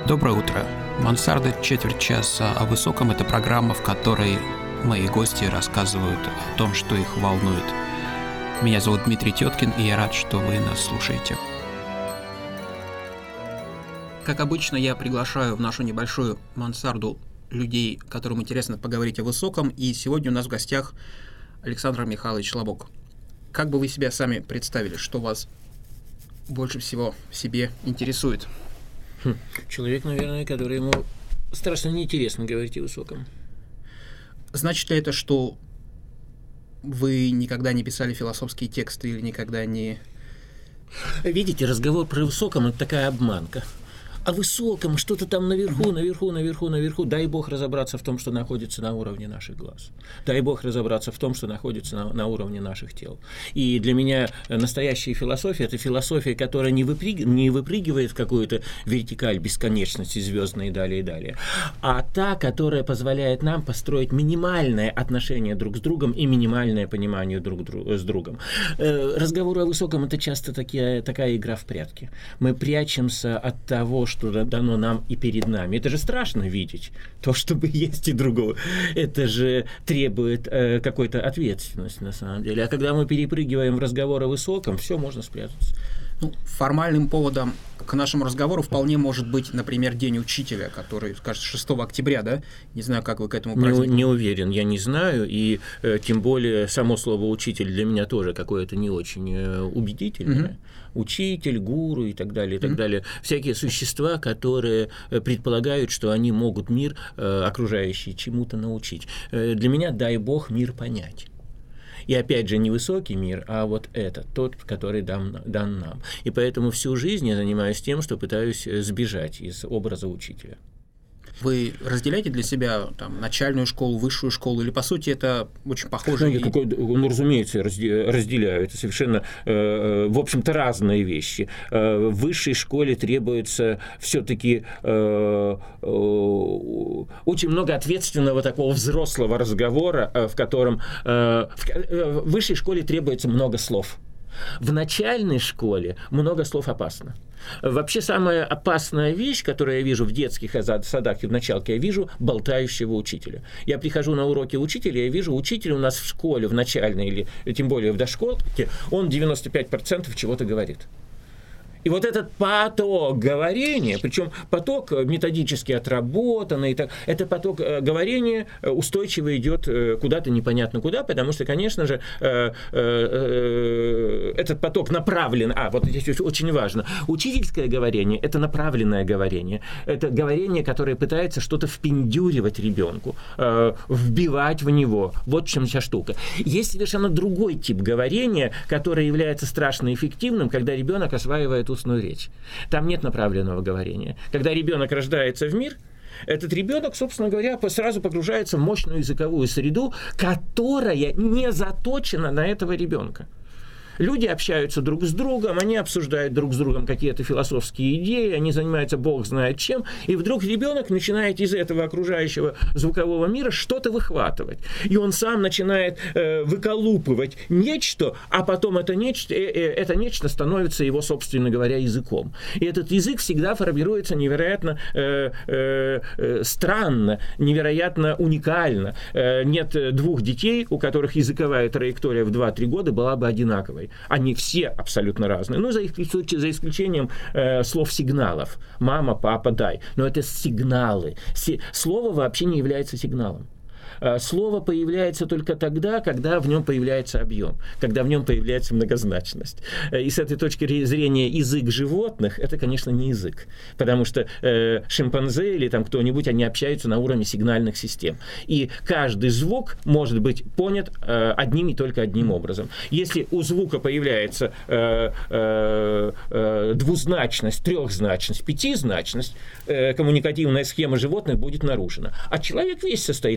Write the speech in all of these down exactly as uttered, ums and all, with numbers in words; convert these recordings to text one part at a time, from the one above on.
Доброе утро. Мансарда «Четверть часа о высоком» — это программа, в которой мои гости рассказывают о том, что их волнует. Меня зовут Дмитрий Теткин, и я рад, что вы нас слушаете. Как обычно, я приглашаю в нашу небольшую мансарду людей, которым интересно поговорить о высоком, и сегодня у нас в гостях Александр Михайлович Лобок. Как бы вы себя сами представили, что вас больше всего в себе интересует? Хм. Человек, наверное, который ему страшно неинтересно говорить о высоком. Значит ли это, что вы никогда не писали философские тексты или никогда не... Видите, разговор про высоком – это такая обманка. О высоком, что-то там наверху, наверху, наверху, наверху. Дай Бог разобраться в том, что находится на уровне наших глаз. Дай Бог разобраться в том, что находится на, на уровне наших тел. И для меня настоящая философия – это философия, которая не, выпрыг... не выпрыгивает в какую-то вертикаль бесконечности звездной и далее, и далее, а та, которая позволяет нам построить минимальное отношение друг с другом и минимальное понимание друг с другом. Разговор о высоком – это часто такие, такая игра в прятки. Мы прячемся от того, что дано нам и перед нами. Это же страшно видеть то, чтобы есть и другого. Это же требует э, какой-то ответственности на самом деле. А когда мы перепрыгиваем в разговор о высоком, все, можно спрятаться. Ну, формальным поводом к нашему разговору вполне может быть, например, День учителя, который, кажется, шестого октября, да? Не знаю, как вы к этому празднику. Не, не уверен, я не знаю, и э, тем более само слово «учитель» для меня тоже какое-то не очень э, убедительное. Mm-hmm. Учитель, гуру и так далее, и так mm-hmm. далее. Всякие существа, которые предполагают, что они могут мир э, окружающий чему-то научить. Э, для меня, дай Бог, мир понять. И опять же, не высокий мир, а вот этот, тот, который дан, дан нам. И поэтому всю жизнь я занимаюсь тем, что пытаюсь сбежать из образа учителя. Вы разделяете для себя там, начальную школу, высшую школу, или, по сути, это очень похоже? Ну, какой, ну разумеется, разделяю. Это совершенно, э, в общем-то, разные вещи. Э, в высшей школе требуется все-таки э, э, очень много ответственного такого взрослого разговора, э, в котором э, в, э, в высшей школе требуется много слов. В начальной школе много слов опасно. Вообще самая опасная вещь, которую я вижу в детских садах и в началке, я вижу болтающего учителя. Я прихожу на уроки учителя, я вижу учителя у нас в школе, в начальной или тем более в дошколке, он девяносто пять процентов чего-то говорит. И вот этот поток говорения, причем поток методически отработанный, это поток говорения устойчиво идет куда-то непонятно куда, потому что, конечно же, этот поток направлен. А, вот здесь очень важно. Учительское говорение – это направленное говорение. Это говорение, которое пытается что-то впендюривать ребенку, вбивать в него. Вот в чем вся штука. Есть совершенно другой тип говорения, который является страшно эффективным, когда ребенок осваивает устную речь. Там нет направленного говорения. Когда ребенок рождается в мир, этот ребенок, собственно говоря, сразу погружается в мощную языковую среду, которая не заточена на этого ребенка. Люди общаются друг с другом, они обсуждают друг с другом какие-то философские идеи, они занимаются бог знает чем, и вдруг ребенок начинает из этого окружающего звукового мира что-то выхватывать. И он сам начинает э, выколупывать нечто, а потом это нечто, э, э, это нечто становится его, собственно говоря, языком. И этот язык всегда формируется невероятно э, э, э, странно, невероятно уникально. Э, нет двух детей, у которых языковая траектория в два-три года была бы одинаковой. Они все абсолютно разные. Ну, за, за исключением э, слов сигналов. Мама, папа, дай. Но это сигналы. Си- слово вообще не является сигналом. Слово появляется только тогда, когда в нем появляется объем, когда в нем появляется многозначность. И с этой точки зрения язык животных – это, конечно, не язык, потому что э, шимпанзе или там кто-нибудь, они общаются на уровне сигнальных систем. И каждый звук может быть понят э, одним и только одним образом. Если у звука появляется э, э, э, двузначность, трехзначность, пятизначность, э, коммуникативная схема животных будет нарушена. А человек весь состоит из многозначности.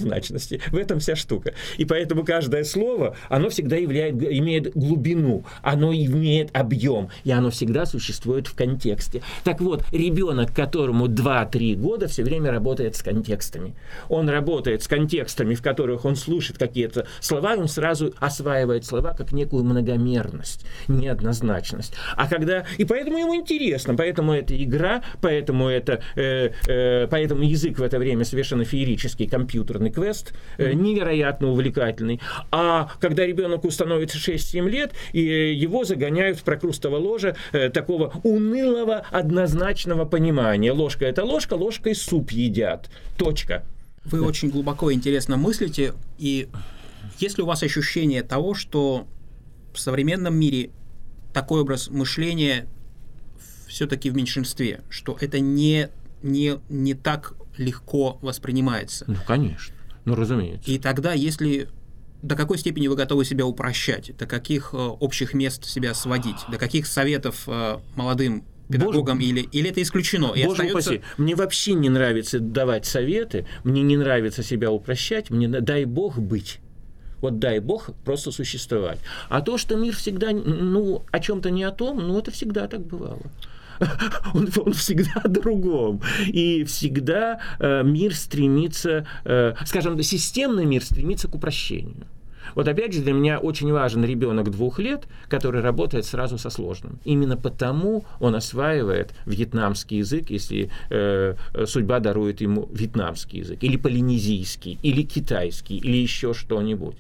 неоднозначности. В этом вся штука. И поэтому каждое слово, оно всегда являет, имеет глубину, оно имеет объем, и оно всегда существует в контексте. Так вот, ребенок, которому два-три года, все время работает с контекстами. Он работает с контекстами, в которых он слышит какие-то слова, и он сразу осваивает слова как некую многомерность, неоднозначность. А когда... И поэтому ему интересно, поэтому это игра, поэтому, это, э, э, поэтому язык в это время совершенно феерический, компьютерный квест, э, невероятно увлекательный. А когда ребенку становится шесть-семь лет, и его загоняют в прокрустово ложе э, такого унылого, однозначного понимания. Ложка – это ложка, ложкой суп едят. Точка. Вы да. очень глубоко и интересно мыслите, и есть ли у вас ощущение того, что в современном мире такой образ мышления все-таки в меньшинстве, что это не, не, не так легко воспринимается? Ну, конечно. Ну, разумеется. И тогда, если... До какой степени вы готовы себя упрощать? До каких э, общих мест себя сводить? До каких советов э, молодым педагогам? Боже, или, или это исключено? И Боже остается... упаси, мне вообще не нравится давать советы, мне не нравится себя упрощать, мне дай Бог быть. Вот дай Бог просто существовать. А то, что мир всегда, ну, о чем-то не о том, ну, это всегда так бывало. Он, он всегда о другом. И всегда э, мир стремится, э, скажем, системный мир стремится к упрощению. Вот опять же, для меня очень важен ребенок двух лет, который работает сразу со сложным. Именно потому он осваивает вьетнамский язык, если э, судьба дарует ему вьетнамский язык, или полинезийский, или китайский, или еще что-нибудь.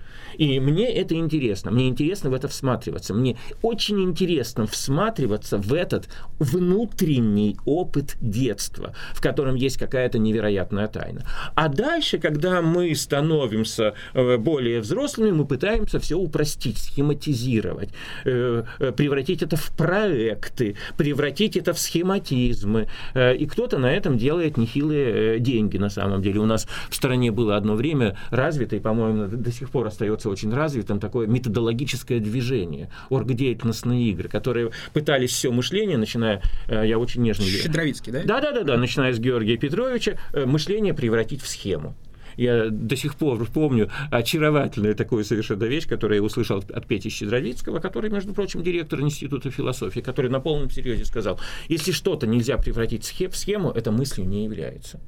И мне это интересно, мне интересно в это всматриваться, мне очень интересно всматриваться в этот внутренний опыт детства, в котором есть какая-то невероятная тайна. А дальше, когда мы становимся более взрослыми, мы пытаемся все упростить, схематизировать, превратить это в проекты, превратить это в схематизмы. И кто-то на этом делает нехилые деньги на самом деле. У нас в стране было одно время развито, и, по-моему, до сих пор остается очень развитым такое методологическое движение, оргдеятельностные игры, которые пытались все мышление, начиная, я очень нежный... Щедровицкий, да? Да-да-да, начиная с Георгия Петровича, мышление превратить в схему. Я до сих пор помню очаровательную такую совершенно вещь, которую я услышал от Пети Щедровицкого, который, между прочим, директор Института философии, который на полном серьезе сказал, если что-то нельзя превратить в схему, это мыслью не является.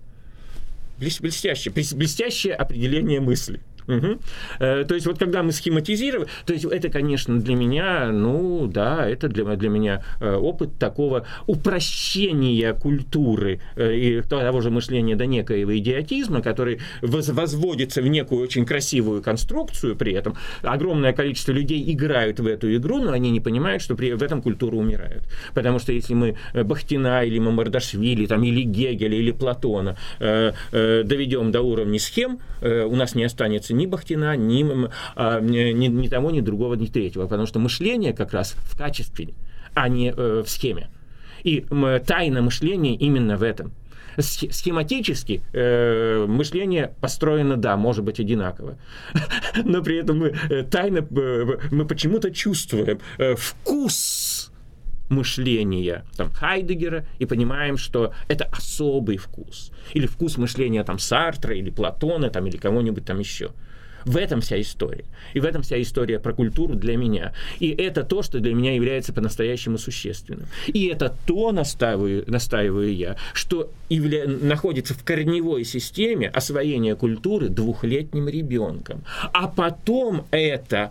Блестящее, блестящее определение мысли. Угу. Э, то есть вот когда мы схематизируем, то есть это, конечно, для меня, ну да, это для, для меня э, опыт такого упрощения культуры э, и того же мышления до некоего идиотизма, который воз, возводится в некую очень красивую конструкцию при этом. Огромное количество людей играют в эту игру, но они не понимают, что при, в этом культура умирает. Потому что если мы Бахтина или Мамардашвили, там, или Гегеля, или Платона э, э, доведем до уровня схем, э, у нас не останется ни Бахтина, ни, ни, ни того, ни другого, ни третьего. Потому что мышление как раз в качестве, а не э, в схеме. И э, тайна мышления именно в этом. Схематически э, мышление построено, да, может быть одинаково. Но при этом мы э, тайно, э, мы почему-то чувствуем э, вкус мышления там, Хайдеггера и понимаем, что это особый вкус. Или вкус мышления там, Сартра, или Платона, там, или кого-нибудь там еще. В этом вся история. И в этом вся история про культуру для меня. И это то, что для меня является по-настоящему существенным. И это то, настаиваю, настаиваю я, что явля... находится в корневой системе освоения культуры двухлетним ребенком. А потом это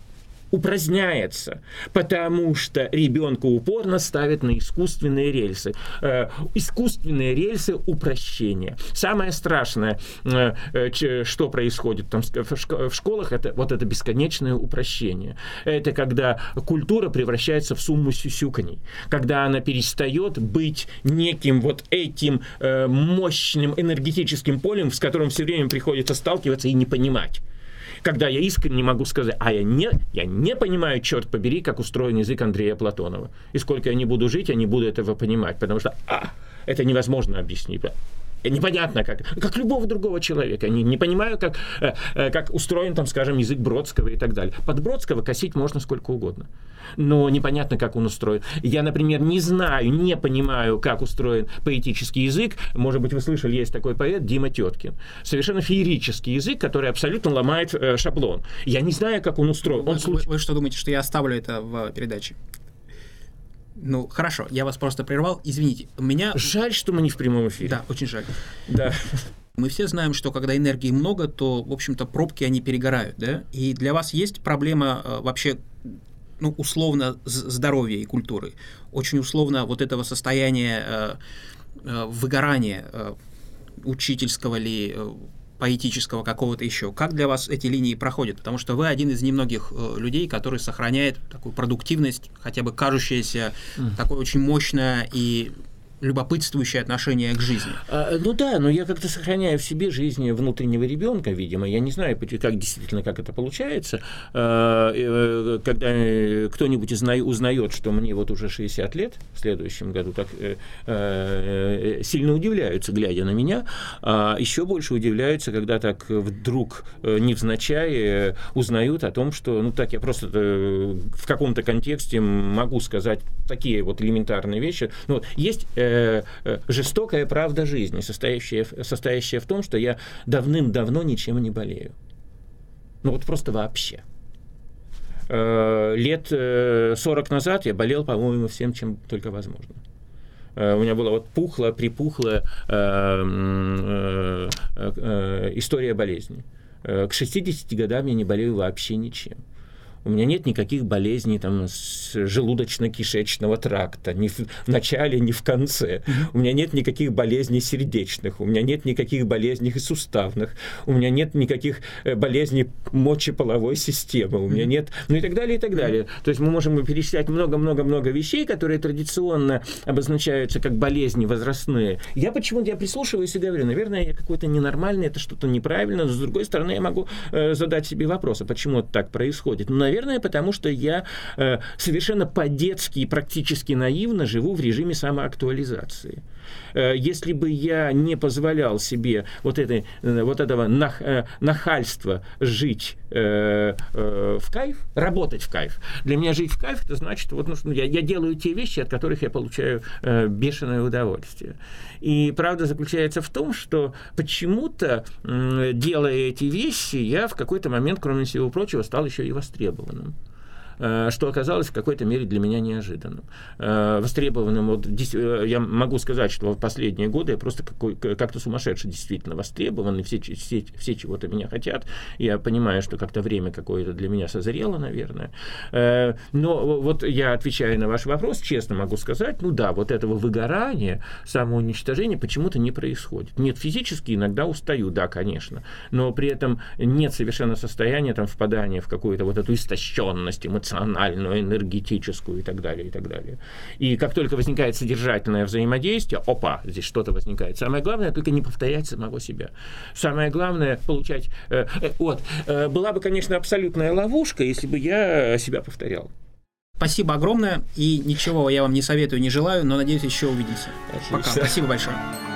упраздняется, потому что ребенка упорно ставят на искусственные рельсы. Э, искусственные рельсы упрощения. Самое страшное, э, э, что происходит там в школах, это вот это бесконечное упрощение. Это когда культура превращается в сумму сюсюканий, когда она перестает быть неким вот этим э, мощным энергетическим полем, с которым все время приходится сталкиваться и не понимать. Когда я искренне могу сказать, а я не, я не понимаю, черт побери, как устроен язык Андрея Платонова. И сколько я не буду жить, я не буду этого понимать, потому что а, это невозможно объяснить. Непонятно как. Как любого другого человека. Не, не понимаю, как, как устроен, там, скажем, язык Бродского и так далее. Под Бродского косить можно сколько угодно. Но непонятно, как он устроен. Я, например, не знаю, не понимаю, как устроен поэтический язык. Может быть, вы слышали, есть такой поэт Дима Теткин. Совершенно феерический язык, который абсолютно ломает э, шаблон. Я не знаю, как он устроен. Он вы, случ... вы что думаете, что я оставлю это в передаче? Ну, хорошо, я вас просто прервал. Извините, у меня... Жаль, что мы не в прямом эфире. Да, очень жаль. Да. Мы все знаем, что когда энергии много, то, в общем-то, пробки, они перегорают, да? И для вас есть проблема э, вообще, ну, условно, здоровья и культуры? Очень условно вот этого состояния э, э, выгорания э, учительского ли, э, поэтического какого-то еще. Как для вас эти линии проходят? Потому что вы один из немногих э, людей, который сохраняет такую продуктивность, хотя бы кажущаяся mm. такой очень мощная и любопытствующее отношение к жизни. А, ну да, но я как-то сохраняю в себе жизнь внутреннего ребенка, видимо. Я не знаю, как действительно, как это получается. А, когда кто-нибудь узнает, что мне вот уже шестьдесят лет в следующем году, так а, сильно удивляются, глядя на меня. А еще больше удивляются, когда так вдруг невзначай узнают о том, что, ну так, я просто в каком-то контексте могу сказать такие вот элементарные вещи. Ну, вот, есть жестокая правда жизни, состоящая, состоящая в том, что я давным-давно ничем не болею. Ну вот просто вообще. Лет сорок назад я болел, по-моему, всем, чем только возможно. У меня была вот пухлая, припухлая история болезни. К шестидесяти годам я не болею вообще ничем. У меня нет никаких болезней там, с желудочно-кишечного тракта, ни в начале, ни в конце. Mm-hmm. У меня нет никаких болезней сердечных, у меня нет никаких болезней суставных, у меня нет никаких болезней мочеполовой системы, у меня нет... Ну и так далее, и так далее. Mm-hmm. То есть мы можем перечислять много-много-много вещей, которые традиционно обозначаются как болезни возрастные. Я почему-то я прислушиваюсь и говорю, наверное, я какой-то ненормальный, это что-то неправильно, но с другой стороны я могу э, задать себе вопрос, а почему это так происходит? Ну, наверное, потому что я э, совершенно по-детски и практически наивно живу в режиме самоактуализации. Э, если бы я не позволял себе вот, этой, э, вот этого нах, э, нахальства жить э, э, в кайф, работать в кайф, для меня жить в кайф, это значит, вот, ну, я, я делаю те вещи, от которых я получаю э, бешеное удовольствие. И правда заключается в том, что почему-то, э, делая эти вещи, я в какой-то момент, кроме всего прочего, стал еще и востребованным. Что оказалось в какой-то мере для меня неожиданным. Востребованным, вот, я могу сказать, что в последние годы я просто какой, как-то сумасшедший действительно востребован, и все, все, все чего-то меня хотят. Я понимаю, что как-то время какое-то для меня созрело, наверное. Но вот я, отвечая на ваш вопрос, честно могу сказать, ну да, вот этого выгорания, самоуничтожения почему-то не происходит. Нет, физически иногда устаю, да, конечно, но при этом нет совершенно состояния там, впадания в какую-то вот эту истощенность эмоциональную, эмоциональную, энергетическую и так далее, и так далее. И как только возникает содержательное взаимодействие, опа, здесь что-то возникает. Самое главное, только не повторять самого себя. Самое главное, получать... Э, э, вот, э, была бы, конечно, абсолютная ловушка, если бы я себя повторял. Спасибо огромное, и ничего я вам не советую, не желаю, но надеюсь, еще увидимся. Отлично. Пока. Спасибо большое.